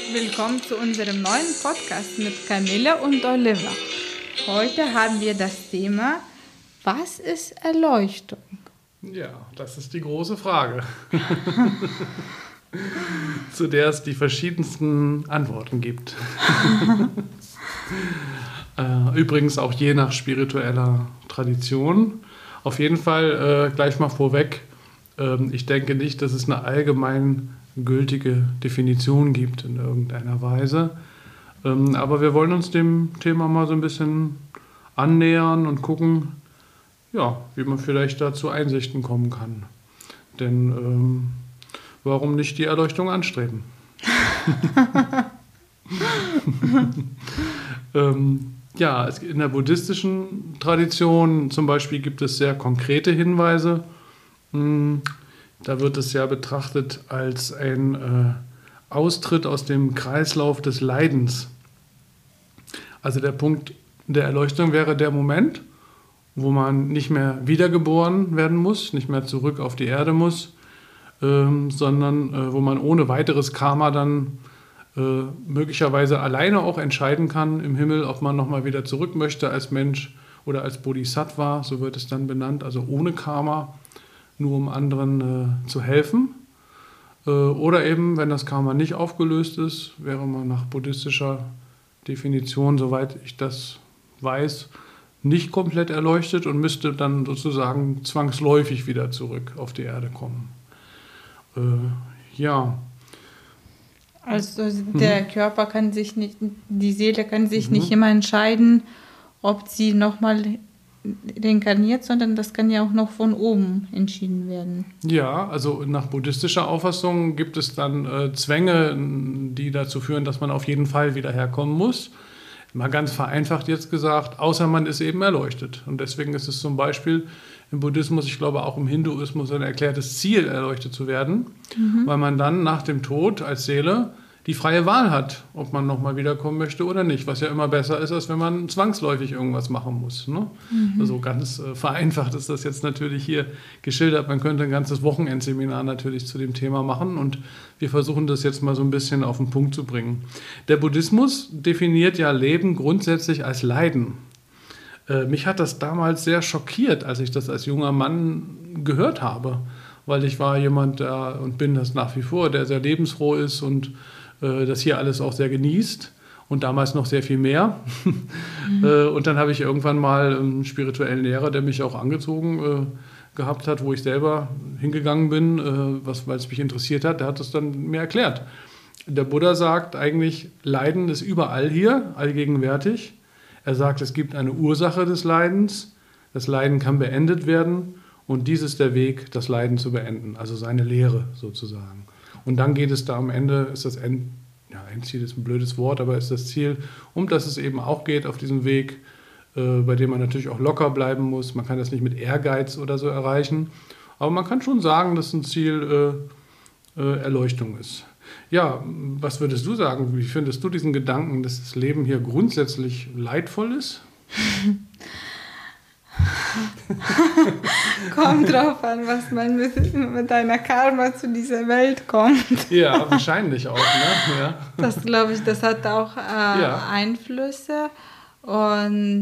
willkommen zu unserem neuen Podcast mit Camilla und Oliver. Heute haben wir das Thema, was ist Erleuchtung? Ja, das ist die große Frage, zu der es die verschiedensten Antworten gibt. Übrigens auch je nach spiritueller Tradition. Auf jeden Fall gleich mal vorweg, ich denke nicht, dass es eine allgemein gültige Definition gibt in irgendeiner Weise. Aber wir wollen uns dem Thema mal so ein bisschen annähern und gucken, ja, wie man vielleicht da zu Einsichten kommen kann. Denn warum nicht die Erleuchtung anstreben? Ja, in der buddhistischen Tradition zum Beispiel gibt es sehr konkrete Hinweise. Da wird es ja betrachtet als ein Austritt aus dem Kreislauf des Leidens. Also der Punkt der Erleuchtung wäre der Moment, wo man nicht mehr wiedergeboren werden muss, nicht mehr zurück auf die Erde muss, sondern wo man ohne weiteres Karma dann möglicherweise alleine auch entscheiden kann im Himmel, ob man nochmal wieder zurück möchte als Mensch oder als Bodhisattva, so wird es dann benannt, also ohne Karma, nur um anderen zu helfen. Oder eben, wenn das Karma nicht aufgelöst ist, wäre man nach buddhistischer Definition, soweit ich das weiß, nicht komplett erleuchtet und müsste dann sozusagen zwangsläufig wieder zurück auf die Erde kommen. Ja. Also der Körper kann sich nicht, die Seele kann sich nicht immer entscheiden, ob sie nochmal reinkarniert, sondern das kann ja auch noch von oben entschieden werden. Ja, also nach buddhistischer Auffassung gibt es dann Zwänge, die dazu führen, dass man auf jeden Fall wieder herkommen muss. Mal ganz vereinfacht jetzt gesagt, außer man ist eben erleuchtet. Und deswegen ist es zum Beispiel im Buddhismus, ich glaube auch im Hinduismus, ein erklärtes Ziel, erleuchtet zu werden, weil man dann nach dem Tod als Seele die freie Wahl hat, ob man nochmal wiederkommen möchte oder nicht, was ja immer besser ist, als wenn man zwangsläufig irgendwas machen muss. Ne? Also ganz vereinfacht ist das jetzt natürlich hier geschildert. Man könnte ein ganzes Wochenendseminar natürlich zu dem Thema machen und wir versuchen das jetzt mal so ein bisschen auf den Punkt zu bringen. Der Buddhismus definiert ja Leben grundsätzlich als Leiden. Mich hat das damals sehr schockiert, als ich das als junger Mann gehört habe, weil ich war jemand, und bin das nach wie vor, der sehr lebensfroh ist und das hier alles auch sehr genießt und damals noch sehr viel mehr. Und dann habe ich irgendwann mal einen spirituellen Lehrer, der mich auch angezogen gehabt hat, wo ich selber hingegangen bin, weil es mich interessiert hat, der hat das dann mir erklärt. Der Buddha sagt eigentlich, Leiden ist überall hier, allgegenwärtig. Er sagt, es gibt eine Ursache des Leidens, das Leiden kann beendet werden und dies ist der Weg, das Leiden zu beenden, also seine Lehre sozusagen. Und dann geht es da am Ende, ist das Endziel ist ein blödes Wort, aber ist das Ziel, um das es eben auch geht auf diesem Weg, bei dem man natürlich auch locker bleiben muss. Man kann das nicht mit Ehrgeiz oder so erreichen, aber man kann schon sagen, dass ein Ziel Erleuchtung ist. Ja, was würdest du sagen? Wie findest du diesen Gedanken, dass das Leben hier grundsätzlich leidvoll ist? Kommt drauf an, was man mit einer Karma zu dieser Welt kommt. Ja, wahrscheinlich auch. Ne? Ja. Das glaube ich, das hat auch Einflüsse. Und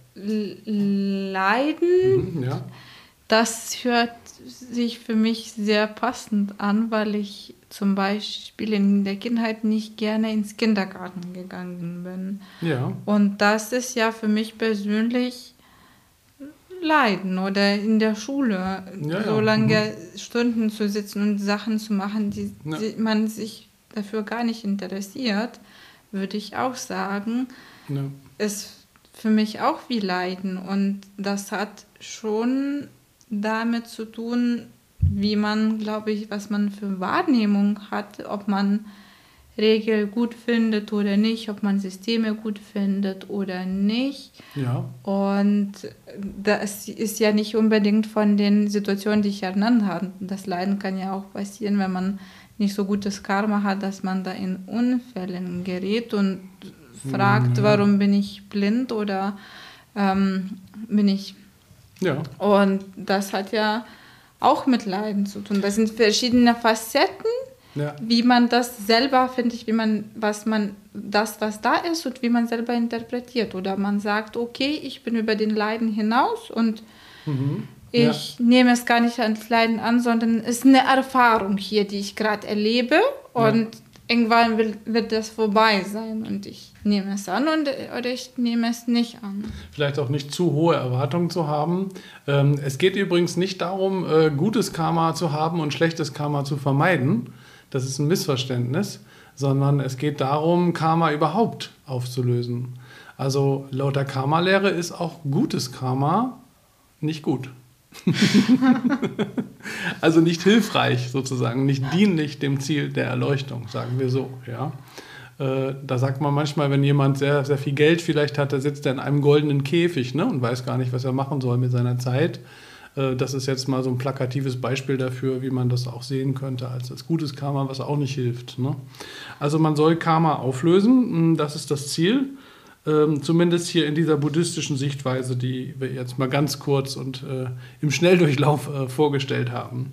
Leiden, das hört sich für mich sehr passend an, weil ich zum Beispiel in der Kindheit nicht gerne ins Kindergarten gegangen bin. Ja. Und das ist ja für mich persönlich Leiden oder in der Schule so lange Stunden zu sitzen und Sachen zu machen, die man sich dafür gar nicht interessiert, würde ich auch sagen, ist für mich auch wie Leiden. Und das hat schon damit zu tun, wie man, glaube ich, was man für Wahrnehmung hat, ob man Regeln gut findet oder nicht, ob man Systeme gut findet oder nicht. Ja. Und das ist ja nicht unbedingt von den Situationen, die ich ernannt habe. Das Leiden kann ja auch passieren, wenn man nicht so gutes Karma hat, dass man da in Unfällen gerät und fragt, warum bin ich blind oder bin ich... Ja. Und das hat ja auch mit Leiden zu tun. Das sind verschiedene Facetten, Ja. wie man das selber, finde ich, was da ist und wie man selber interpretiert. Oder man sagt, okay, ich bin über den Leiden hinaus und ich nehme es gar nicht als Leiden an, sondern es ist eine Erfahrung hier, die ich gerade erlebe und irgendwann wird das vorbei sein und ich nehme es an oder ich nehme es nicht an. Vielleicht auch nicht zu hohe Erwartungen zu haben. Es geht übrigens nicht darum, gutes Karma zu haben und schlechtes Karma zu vermeiden. Das ist ein Missverständnis, sondern es geht darum, Karma überhaupt aufzulösen. Also laut der Karma-Lehre ist auch gutes Karma nicht gut. Also nicht hilfreich sozusagen, nicht dienlich dem Ziel der Erleuchtung, sagen wir so. Ja. Da sagt man manchmal, wenn jemand sehr, sehr viel Geld vielleicht hat, da sitzt er in einem goldenen Käfig, ne, und weiß gar nicht, was er machen soll mit seiner Zeit. Das ist jetzt mal so ein plakatives Beispiel dafür, wie man das auch sehen könnte als gutes Karma, was auch nicht hilft. Ne. Also man soll Karma auflösen, das ist das Ziel. Zumindest hier in dieser buddhistischen Sichtweise, die wir jetzt mal ganz kurz und im Schnelldurchlauf vorgestellt haben.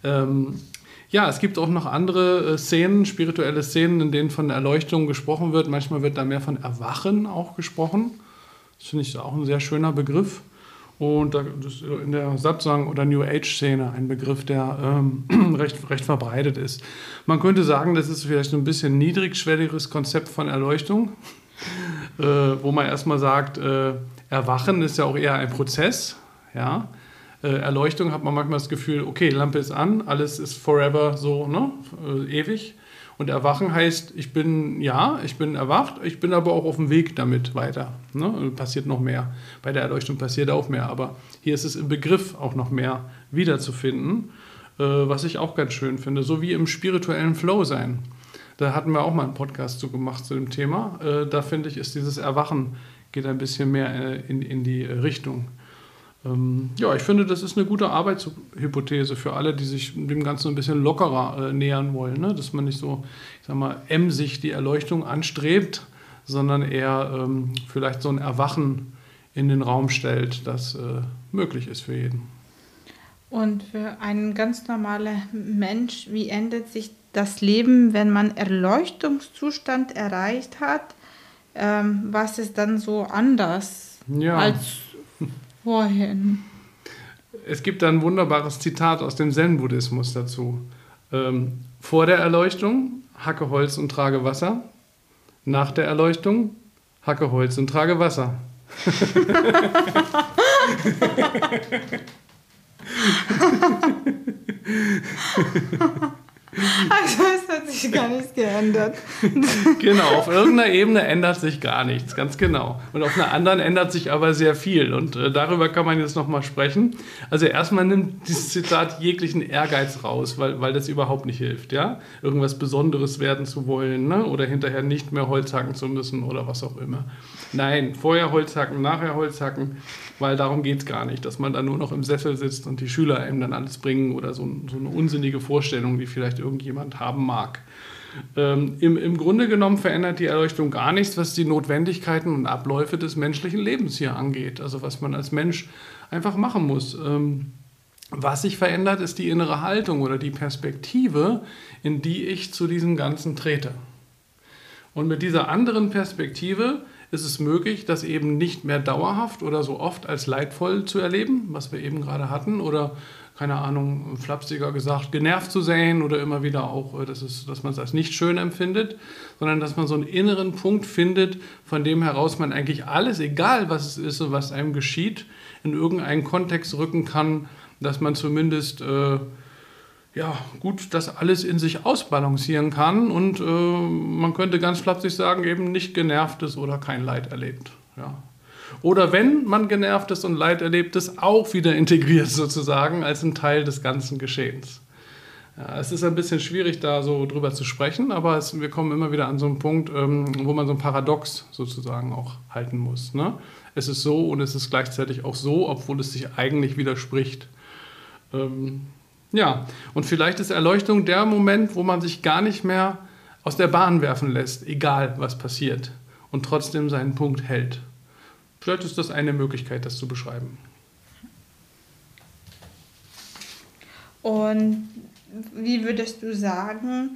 Ja, es gibt auch noch andere Szenen, spirituelle Szenen, in denen von Erleuchtung gesprochen wird. Manchmal wird da mehr von Erwachen auch gesprochen. Das finde ich auch ein sehr schöner Begriff. Und das ist in der Satsang- oder New Age-Szene ein Begriff, der recht verbreitet ist. Man könnte sagen, das ist vielleicht so ein bisschen niedrigschwelligeres Konzept von Erleuchtung. Wo man erstmal sagt, Erwachen ist ja auch eher ein Prozess. Ja? Erleuchtung hat man manchmal das Gefühl, okay, Lampe ist an, alles ist forever so, ne? Ewig. Und Erwachen heißt, ich bin erwacht, ich bin aber auch auf dem Weg damit weiter. Ne? Passiert noch mehr. Bei der Erleuchtung passiert auch mehr, aber hier ist es im Begriff auch noch mehr wiederzufinden, was ich auch ganz schön finde, so wie im spirituellen Flow sein. Da hatten wir auch mal einen Podcast zu gemacht zu dem Thema. Da finde ich, ist dieses Erwachen geht ein bisschen mehr in die Richtung. Ja, ich finde, das ist eine gute Arbeitshypothese für alle, die sich dem Ganzen ein bisschen lockerer nähern wollen. Ne? Dass man nicht so, ich sag mal, emsig die Erleuchtung anstrebt, sondern eher vielleicht so ein Erwachen in den Raum stellt, das möglich ist für jeden. Und für einen ganz normalen Mensch, wie ändert sich das Leben, wenn man Erleuchtungszustand erreicht hat? Was ist dann so anders als vorhin? Es gibt da ein wunderbares Zitat aus dem Zen-Buddhismus dazu. Vor der Erleuchtung, hacke Holz und trage Wasser. Nach der Erleuchtung, hacke Holz und trage Wasser. Also es hat sich gar nichts geändert. Genau, auf irgendeiner Ebene ändert sich gar nichts, ganz genau. Und auf einer anderen ändert sich aber sehr viel. Und darüber kann man jetzt nochmal sprechen. Also erstmal nimmt dieses Zitat jeglichen Ehrgeiz raus, weil das überhaupt nicht hilft. Ja? Irgendwas Besonderes werden zu wollen, ne? Oder hinterher nicht mehr Holz hacken zu müssen oder was auch immer. Nein, vorher Holz hacken, nachher Holz hacken, weil darum geht es gar nicht, dass man dann nur noch im Sessel sitzt und die Schüler einem dann alles bringen oder so eine unsinnige Vorstellung, die vielleicht irgendjemand haben mag. Im Grunde genommen verändert die Erleuchtung gar nichts, was die Notwendigkeiten und Abläufe des menschlichen Lebens hier angeht. Also was man als Mensch einfach machen muss. Was sich verändert, ist die innere Haltung oder die Perspektive, in die ich zu diesem Ganzen trete. Und mit dieser anderen Perspektive ist es möglich, das eben nicht mehr dauerhaft oder so oft als leidvoll zu erleben, was wir eben gerade hatten, oder, keine Ahnung, flapsiger gesagt, genervt zu sein oder immer wieder auch, dass man es als nicht schön empfindet, sondern dass man so einen inneren Punkt findet, von dem heraus man eigentlich alles, egal was es ist und was einem geschieht, in irgendeinen Kontext rücken kann, dass man zumindest gut das alles in sich ausbalancieren kann und man könnte ganz flapsig sagen, eben nicht genervt ist oder kein Leid erlebt. Ja. Oder wenn man genervt ist und Leid erlebt ist, auch wieder integriert sozusagen als ein Teil des ganzen Geschehens. Ja, es ist ein bisschen schwierig, da so drüber zu sprechen, aber wir kommen immer wieder an so einen Punkt, wo man so ein Paradox sozusagen auch halten muss. Ne? Es ist so und es ist gleichzeitig auch so, obwohl es sich eigentlich widerspricht. Ja, und vielleicht ist Erleuchtung der Moment, wo man sich gar nicht mehr aus der Bahn werfen lässt, egal was passiert, und trotzdem seinen Punkt hält. Vielleicht ist das eine Möglichkeit, das zu beschreiben. Und wie würdest du sagen,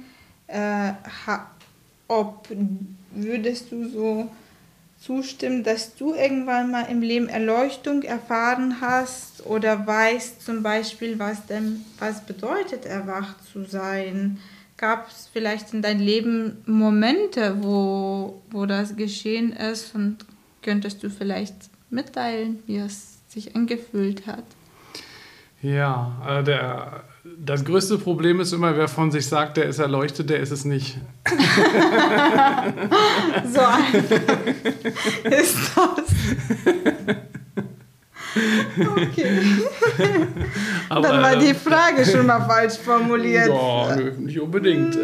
ob würdest du so zustimmen, dass du irgendwann mal im Leben Erleuchtung erfahren hast oder weißt zum Beispiel, was bedeutet, erwacht zu sein? Gab es vielleicht in deinem Leben Momente, wo das geschehen ist und könntest du vielleicht mitteilen, wie es sich angefühlt hat? Ja, das größte Problem ist immer, wer von sich sagt, der ist erleuchtet, der ist es nicht. So einfach ist das. Okay. Aber, dann war die Frage schon mal falsch formuliert. Ja, nö, nicht unbedingt.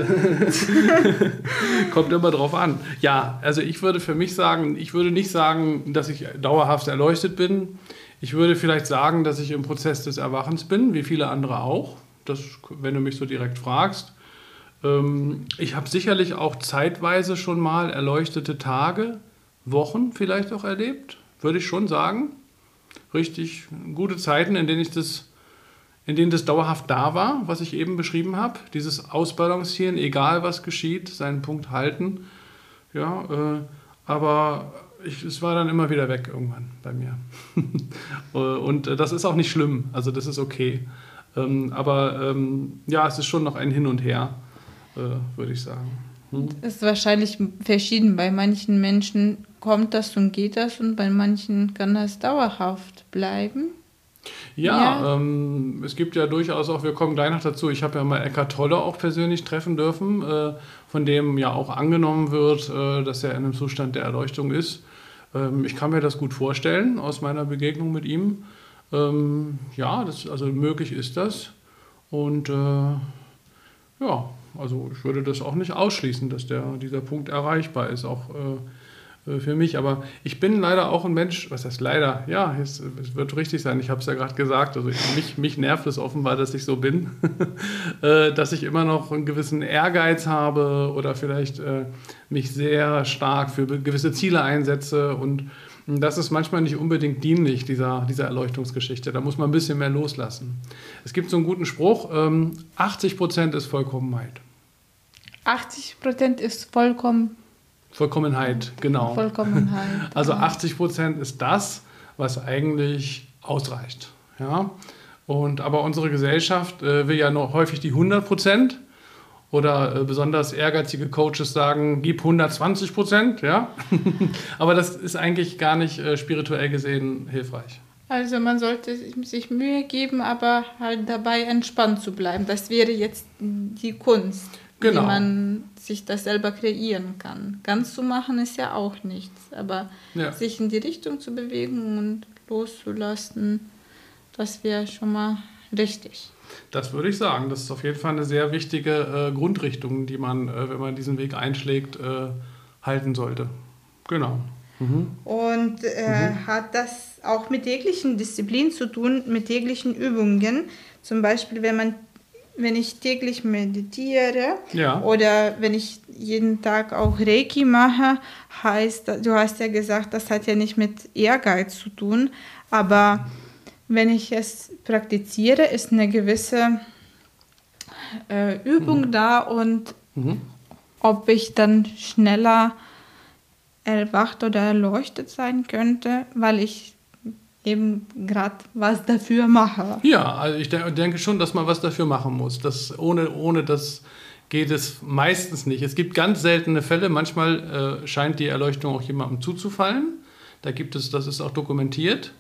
Kommt immer drauf an. Ja, also ich würde für mich sagen, ich würde nicht sagen, dass ich dauerhaft erleuchtet bin. Ich würde vielleicht sagen, dass ich im Prozess des Erwachens bin, wie viele andere auch. Das, wenn du mich so direkt fragst. Ich habe sicherlich auch zeitweise schon mal erleuchtete Tage, Wochen vielleicht auch erlebt, würde ich schon sagen. Richtig gute Zeiten, in denen das dauerhaft da war, was ich eben beschrieben habe. Dieses Ausbalancieren, egal was geschieht, seinen Punkt halten. Ja, aber es war dann immer wieder weg irgendwann bei mir. Und das ist auch nicht schlimm, also das ist okay. Aber ja, es ist schon noch ein Hin und Her, würde ich sagen. Es ist wahrscheinlich verschieden. Bei manchen Menschen kommt das und geht das und bei manchen kann das dauerhaft bleiben. Ja. Es gibt ja durchaus auch, wir kommen gleich noch dazu, ich habe ja mal Eckhart Tolle auch persönlich treffen dürfen, von dem ja auch angenommen wird, dass er in einem Zustand der Erleuchtung ist. Ich kann mir das gut vorstellen aus meiner Begegnung mit ihm. Ja, also möglich ist das. Und ja, also ich würde das auch nicht ausschließen, dass dieser Punkt erreichbar ist, auch für mich. Aber ich bin leider auch ein Mensch, was heißt leider? Ja, es wird richtig sein, ich habe es ja gerade gesagt, also mich nervt es offenbar, dass ich so bin, dass ich immer noch einen gewissen Ehrgeiz habe oder vielleicht mich sehr stark für gewisse Ziele einsetze und das ist manchmal nicht unbedingt dienlich, dieser Erleuchtungsgeschichte. Da muss man ein bisschen mehr loslassen. Es gibt so einen guten Spruch, 80% ist Vollkommenheit. 80% ist Vollkommenheit, genau. Vollkommenheit. Also 80% ist das, was eigentlich ausreicht. Ja? Aber unsere Gesellschaft will ja noch häufig die 100%. Oder besonders ehrgeizige Coaches sagen, gib 120%, ja. Aber das ist eigentlich gar nicht spirituell gesehen hilfreich. Also man sollte sich Mühe geben, aber halt dabei entspannt zu bleiben. Das wäre jetzt die Kunst, genau, wie man sich das selber kreieren kann. Ganz zu machen ist ja auch nichts, aber ja, sich in die Richtung zu bewegen und loszulassen, das wäre schon mal richtig. Das würde ich sagen. Das ist auf jeden Fall eine sehr wichtige Grundrichtung, die man, wenn man diesen Weg einschlägt, halten sollte. Genau. Mhm. Und hat das auch mit täglichen Disziplinen zu tun, mit täglichen Übungen? Zum Beispiel, wenn ich täglich meditiere, ja, oder wenn ich jeden Tag auch Reiki mache, du hast ja gesagt, das hat ja nicht mit Ehrgeiz zu tun, aber wenn ich es praktiziere, ist eine gewisse Übung da und ob ich dann schneller erwacht oder erleuchtet sein könnte, weil ich eben gerade was dafür mache. Ja, also ich denke schon, dass man was dafür machen muss. Ohne das geht es meistens nicht. Es gibt ganz seltene Fälle, manchmal scheint die Erleuchtung auch jemandem zuzufallen. Das ist auch dokumentiert.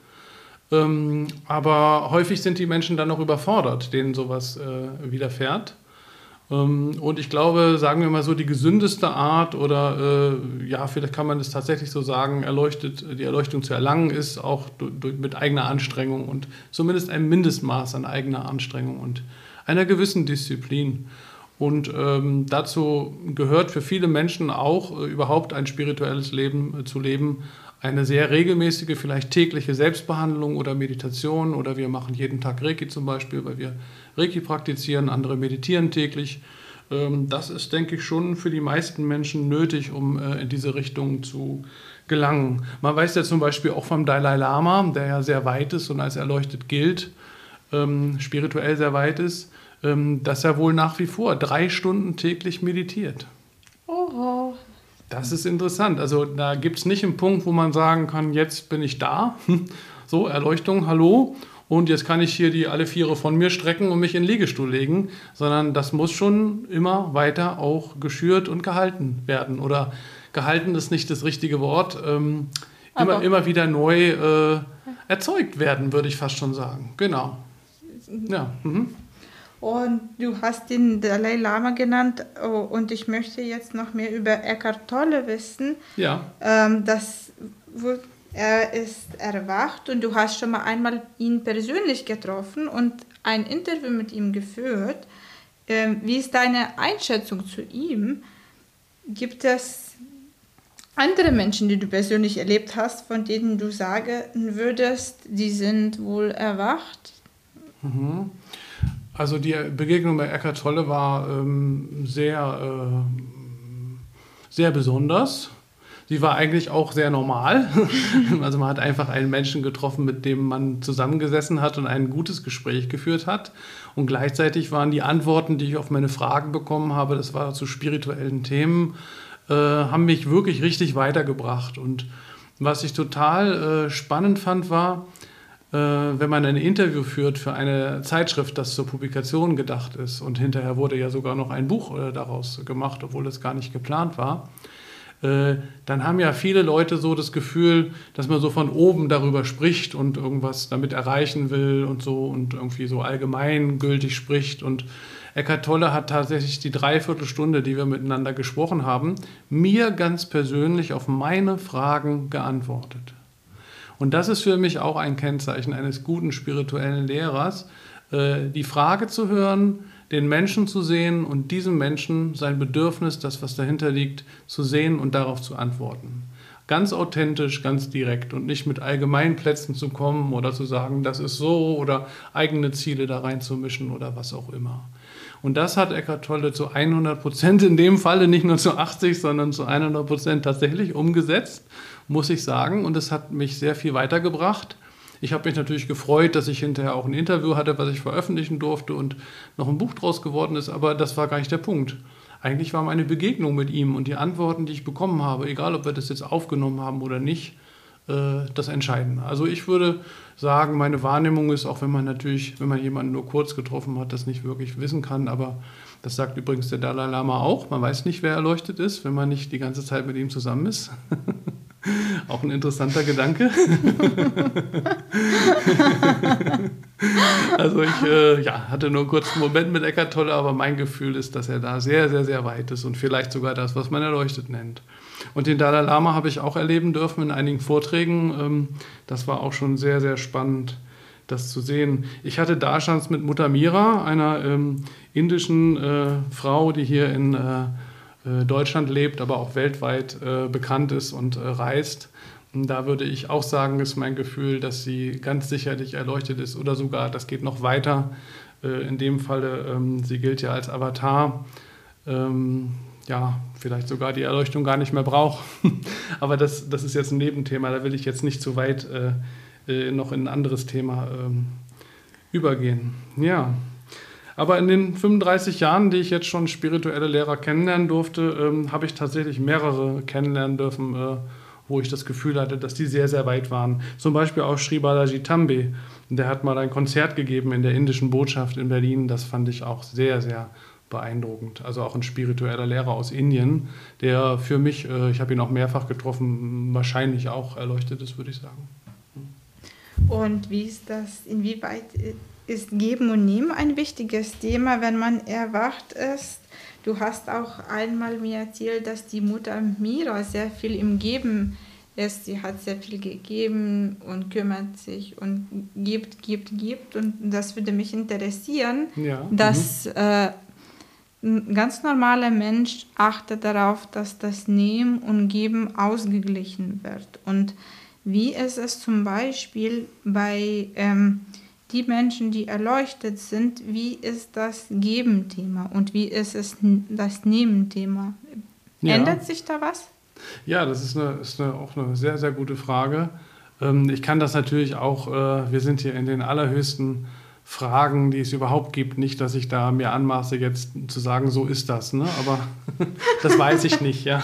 Aber häufig sind die Menschen dann noch überfordert, denen sowas widerfährt. Und ich glaube, sagen wir mal so, die gesündeste Art oder ja, vielleicht kann man es tatsächlich so sagen, die Erleuchtung zu erlangen, ist auch mit eigener Anstrengung und zumindest ein Mindestmaß an eigener Anstrengung und einer gewissen Disziplin. Und dazu gehört für viele Menschen auch überhaupt ein spirituelles Leben zu leben, eine sehr regelmäßige, vielleicht tägliche Selbstbehandlung oder Meditation oder wir machen jeden Tag Reiki zum Beispiel, weil wir Reiki praktizieren, andere meditieren täglich. Das ist, denke ich, schon für die meisten Menschen nötig, um in diese Richtung zu gelangen. Man weiß ja zum Beispiel auch vom Dalai Lama, der ja sehr weit ist und als erleuchtet gilt, spirituell sehr weit ist. dass er wohl nach wie vor 3 Stunden täglich meditiert. Oh. Das ist interessant. Also da gibt es nicht einen Punkt, wo man sagen kann, jetzt bin ich da. So, Erleuchtung, hallo. Und jetzt kann ich hier die alle Viere von mir strecken und mich in den Liegestuhl legen. Sondern das muss schon immer weiter auch geschürt und gehalten werden. Oder gehalten ist nicht das richtige Wort. Immer wieder neu erzeugt werden, würde ich fast schon sagen. Genau. Ja. Mhm. Und du hast den Dalai Lama genannt, und ich möchte jetzt noch mehr über Eckhart Tolle wissen. Ja. Er ist erwacht und du hast schon mal einmal ihn persönlich getroffen und ein Interview mit ihm geführt. Wie ist deine Einschätzung zu ihm? Gibt es andere Menschen, die du persönlich erlebt hast, von denen du sagen würdest, die sind wohl erwacht? Mhm. Also die Begegnung bei Eckhart Tolle war sehr besonders. Sie war eigentlich auch sehr normal. Also man hat einfach einen Menschen getroffen, mit dem man zusammengesessen hat und ein gutes Gespräch geführt hat. Und gleichzeitig waren die Antworten, die ich auf meine Fragen bekommen habe, das war zu spirituellen Themen, haben mich wirklich richtig weitergebracht. Und was ich total spannend fand, war, wenn man ein Interview führt für eine Zeitschrift, das zur Publikation gedacht ist, und hinterher wurde ja sogar noch ein Buch daraus gemacht, obwohl es gar nicht geplant war, dann haben ja viele Leute so das Gefühl, dass man so von oben darüber spricht und irgendwas damit erreichen will und so und irgendwie so allgemeingültig spricht. Und Eckhart Tolle hat tatsächlich die Dreiviertelstunde, die wir miteinander gesprochen haben, mir ganz persönlich auf meine Fragen geantwortet. Und das ist für mich auch ein Kennzeichen eines guten spirituellen Lehrers, die Frage zu hören, den Menschen zu sehen und diesem Menschen sein Bedürfnis, das, was dahinter liegt, zu sehen und darauf zu antworten. Ganz authentisch, ganz direkt und nicht mit Allgemeinplätzen zu kommen oder zu sagen, das ist so oder eigene Ziele da reinzumischen oder was auch immer. Und das hat Eckhart Tolle zu 100%, in dem Falle nicht nur zu 80, sondern zu 100% tatsächlich umgesetzt, muss ich sagen. Und es hat mich sehr viel weitergebracht. Ich habe mich natürlich gefreut, dass ich hinterher auch ein Interview hatte, was ich veröffentlichen durfte und noch ein Buch draus geworden ist. Aber das war gar nicht der Punkt. Eigentlich war meine Begegnung mit ihm und die Antworten, die ich bekommen habe, egal ob wir das jetzt aufgenommen haben oder nicht, das Entscheidende. Also ich würde sagen, meine Wahrnehmung ist, auch wenn man jemanden nur kurz getroffen hat, das nicht wirklich wissen kann, aber das sagt übrigens der Dalai Lama auch, man weiß nicht, wer erleuchtet ist, wenn man nicht die ganze Zeit mit ihm zusammen ist. Auch ein interessanter Gedanke. Also ich hatte nur einen kurzen Moment mit Eckhart Tolle, aber mein Gefühl ist, dass er da sehr, sehr, sehr weit ist und vielleicht sogar das, was man erleuchtet nennt. Und den Dalai Lama habe ich auch erleben dürfen in einigen Vorträgen. Das war auch schon sehr, sehr spannend, das zu sehen. Ich hatte Darshans mit Mutter Mira, einer indischen Frau, die hier in Deutschland lebt, aber auch weltweit bekannt ist und reist. Und da würde ich auch sagen, ist mein Gefühl, dass sie ganz sicherlich erleuchtet ist oder sogar, das geht noch weiter. In dem Falle, sie gilt ja als Avatar. Vielleicht sogar die Erleuchtung gar nicht mehr braucht. Aber das ist jetzt ein Nebenthema, da will ich jetzt nicht zu weit noch in ein anderes Thema übergehen. Ja. Aber in den 35 Jahren, die ich jetzt schon spirituelle Lehrer kennenlernen durfte, habe ich tatsächlich mehrere kennenlernen dürfen, wo ich das Gefühl hatte, dass die sehr, sehr weit waren. Zum Beispiel auch Sri Balaji Tambe. Der hat mal ein Konzert gegeben in der indischen Botschaft in Berlin. Das fand ich auch sehr, sehr beeindruckend. Also auch ein spiritueller Lehrer aus Indien, der für mich, ich habe ihn auch mehrfach getroffen, wahrscheinlich auch erleuchtet ist, würde ich sagen. Und wie ist das, inwieweit ist Geben und Nehmen ein wichtiges Thema, wenn man erwacht ist? Du hast auch einmal mir erzählt, dass die Mutter Mira sehr viel im Geben ist. Sie hat sehr viel gegeben und kümmert sich und gibt. Und das würde mich interessieren, dass ein ganz normaler Mensch achtet darauf, dass das Nehmen und Geben ausgeglichen wird. Und wie ist es zum Beispiel bei die Menschen, die erleuchtet sind, wie ist das Geben-Thema und wie ist es das Nehmen-Thema? Ändert sich da was? Ja, das ist auch eine sehr, sehr gute Frage. Ich kann das natürlich auch, wir sind hier in den allerhöchsten Fragen, die es überhaupt gibt. Nicht, dass ich da mir anmaße, jetzt zu sagen, so ist das, ne? Aber das weiß ich nicht, ja.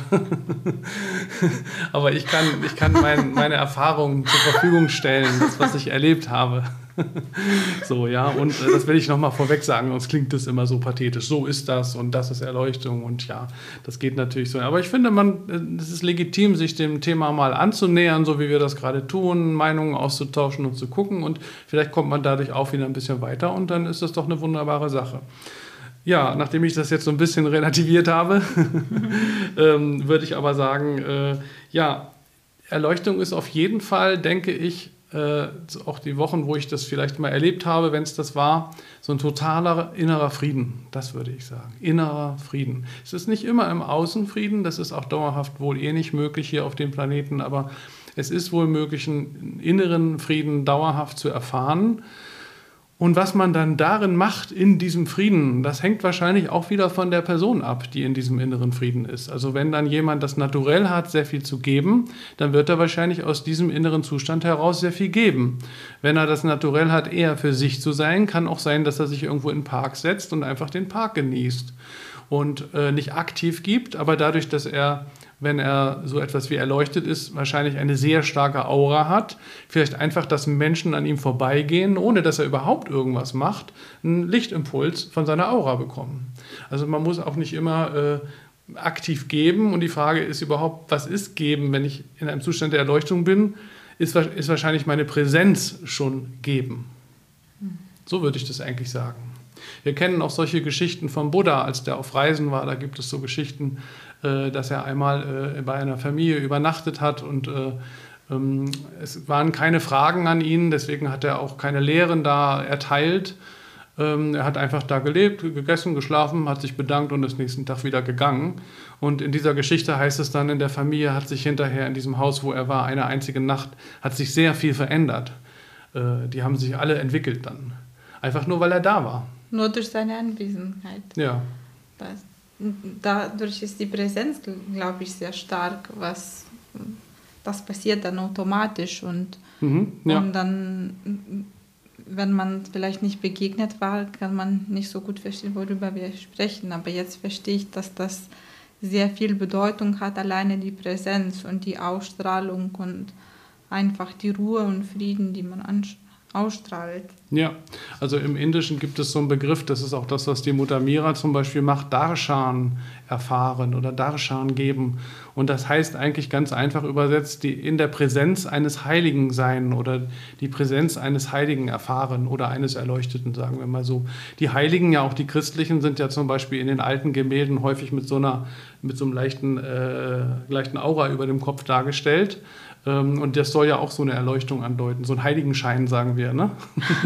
Aber ich kann meine Erfahrungen zur Verfügung stellen, das, was ich erlebt habe. So, ja, und das will ich nochmal vorweg sagen, sonst klingt das immer so pathetisch. So ist das und das ist Erleuchtung und ja, das geht natürlich so. Aber ich finde, es ist legitim, sich dem Thema mal anzunähern, so wie wir das gerade tun, Meinungen auszutauschen und zu gucken und vielleicht kommt man dadurch auch wieder ein bisschen weiter und dann ist das doch eine wunderbare Sache. Ja, nachdem ich das jetzt so ein bisschen relativiert habe, würde ich aber sagen, ja, Erleuchtung ist auf jeden Fall, denke ich, auch die Wochen, wo ich das vielleicht mal erlebt habe, wenn es das war, so ein totaler innerer Frieden, das würde ich sagen. Innerer Frieden. Es ist nicht immer im Außenfrieden, das ist auch dauerhaft wohl nicht möglich hier auf dem Planeten, aber es ist wohl möglich, einen inneren Frieden dauerhaft zu erfahren. Und was man dann darin macht, in diesem Frieden, das hängt wahrscheinlich auch wieder von der Person ab, die in diesem inneren Frieden ist. Also wenn dann jemand das Naturell hat, sehr viel zu geben, dann wird er wahrscheinlich aus diesem inneren Zustand heraus sehr viel geben. Wenn er das Naturell hat, eher für sich zu sein, kann auch sein, dass er sich irgendwo in den Park setzt und einfach den Park genießt und nicht aktiv gibt, aber dadurch, dass er, wenn er so etwas wie erleuchtet ist, wahrscheinlich eine sehr starke Aura hat, vielleicht einfach, dass Menschen an ihm vorbeigehen, ohne dass er überhaupt irgendwas macht, einen Lichtimpuls von seiner Aura bekommen. Also man muss auch nicht immer aktiv geben und die Frage ist überhaupt, was ist geben, wenn ich in einem Zustand der Erleuchtung bin, ist wahrscheinlich meine Präsenz schon geben. So würde ich das eigentlich sagen. Wir kennen auch solche Geschichten vom Buddha, als der auf Reisen war, da gibt es so Geschichten, dass er einmal bei einer Familie übernachtet hat und es waren keine Fragen an ihn, deswegen hat er auch keine Lehren da erteilt. Er hat einfach da gelebt, gegessen, geschlafen, hat sich bedankt und ist nächsten Tag wieder gegangen. Und in dieser Geschichte heißt es dann, in der Familie hat sich hinterher in diesem Haus, wo er war, eine einzige Nacht, hat sich sehr viel verändert. Die haben sich alle entwickelt dann. Einfach nur, weil er da war. Nur durch seine Anwesenheit. Ja. Dadurch ist die Präsenz, glaube ich, sehr stark. Das passiert dann automatisch. Und dann, wenn man vielleicht nicht begegnet war, kann man nicht so gut verstehen, worüber wir sprechen. Aber jetzt verstehe ich, dass das sehr viel Bedeutung hat, alleine die Präsenz und die Ausstrahlung und einfach die Ruhe und Frieden, die man ausstrahlt. Ja, also im Indischen gibt es so einen Begriff, das ist auch das, was die Mutter Mira zum Beispiel macht, Darshan erfahren oder Darshan geben. Und das heißt eigentlich ganz einfach übersetzt, in der Präsenz eines Heiligen sein oder die Präsenz eines Heiligen erfahren oder eines Erleuchteten, sagen wir mal so. Die Heiligen, ja auch die Christlichen, sind ja zum Beispiel in den alten Gemälden häufig mit so einem leichten Aura über dem Kopf dargestellt. Und das soll ja auch so eine Erleuchtung andeuten, so ein Heiligenschein, sagen wir, ne?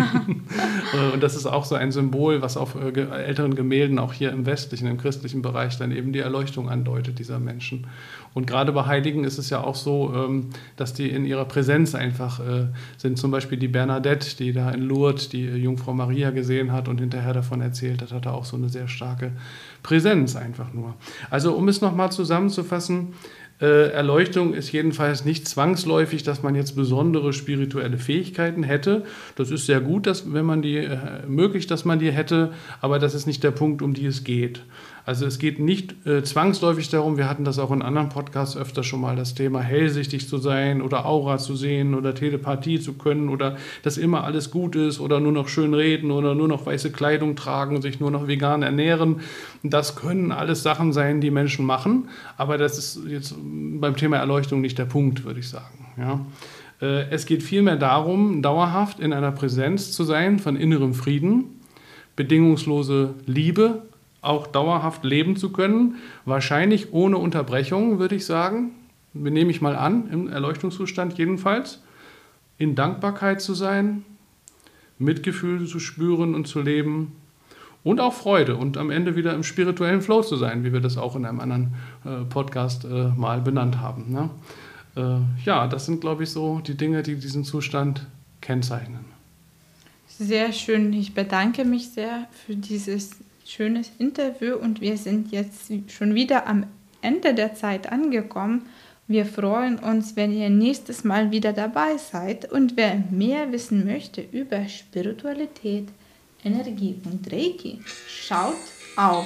Und das ist auch so ein Symbol, was auf älteren Gemälden auch hier im westlichen, im christlichen Bereich dann eben die Erleuchtung andeutet, dieser Menschen. Und gerade bei Heiligen ist es ja auch so, dass die in ihrer Präsenz einfach sind. Zum Beispiel die Bernadette, die da in Lourdes die Jungfrau Maria gesehen hat und hinterher davon erzählt hat, hatte auch so eine sehr starke Präsenz einfach nur. Also um es nochmal zusammenzufassen, Erleuchtung ist jedenfalls nicht zwangsläufig, dass man jetzt besondere spirituelle Fähigkeiten hätte. Das ist sehr gut, wenn man möglich, dass man die hätte, aber das ist nicht der Punkt, um die es geht. Also es geht nicht zwangsläufig darum, wir hatten das auch in anderen Podcasts öfter schon mal, das Thema hellsichtig zu sein oder Aura zu sehen oder Telepathie zu können oder dass immer alles gut ist oder nur noch schön reden oder nur noch weiße Kleidung tragen, sich nur noch vegan ernähren. Das können alles Sachen sein, die Menschen machen, aber das ist jetzt beim Thema Erleuchtung nicht der Punkt, würde ich sagen. Ja. Es geht vielmehr darum, dauerhaft in einer Präsenz zu sein von innerem Frieden, bedingungslose Liebe, auch dauerhaft leben zu können, wahrscheinlich ohne Unterbrechung, würde ich sagen, nehme ich mal an, im Erleuchtungszustand jedenfalls, in Dankbarkeit zu sein, Mitgefühl zu spüren und zu leben und auch Freude und am Ende wieder im spirituellen Flow zu sein, wie wir das auch in einem anderen Podcast mal benannt haben. Ne? Ja, das sind, glaube ich, so die Dinge, die diesen Zustand kennzeichnen. Sehr schön. Ich bedanke mich sehr für dieses schönes Interview und wir sind jetzt schon wieder am Ende der Zeit angekommen. Wir freuen uns, wenn ihr nächstes Mal wieder dabei seid und wer mehr wissen möchte über Spiritualität, Energie und Reiki, schaut auf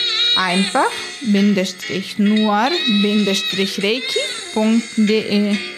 www.einfach-nur-reiki.de.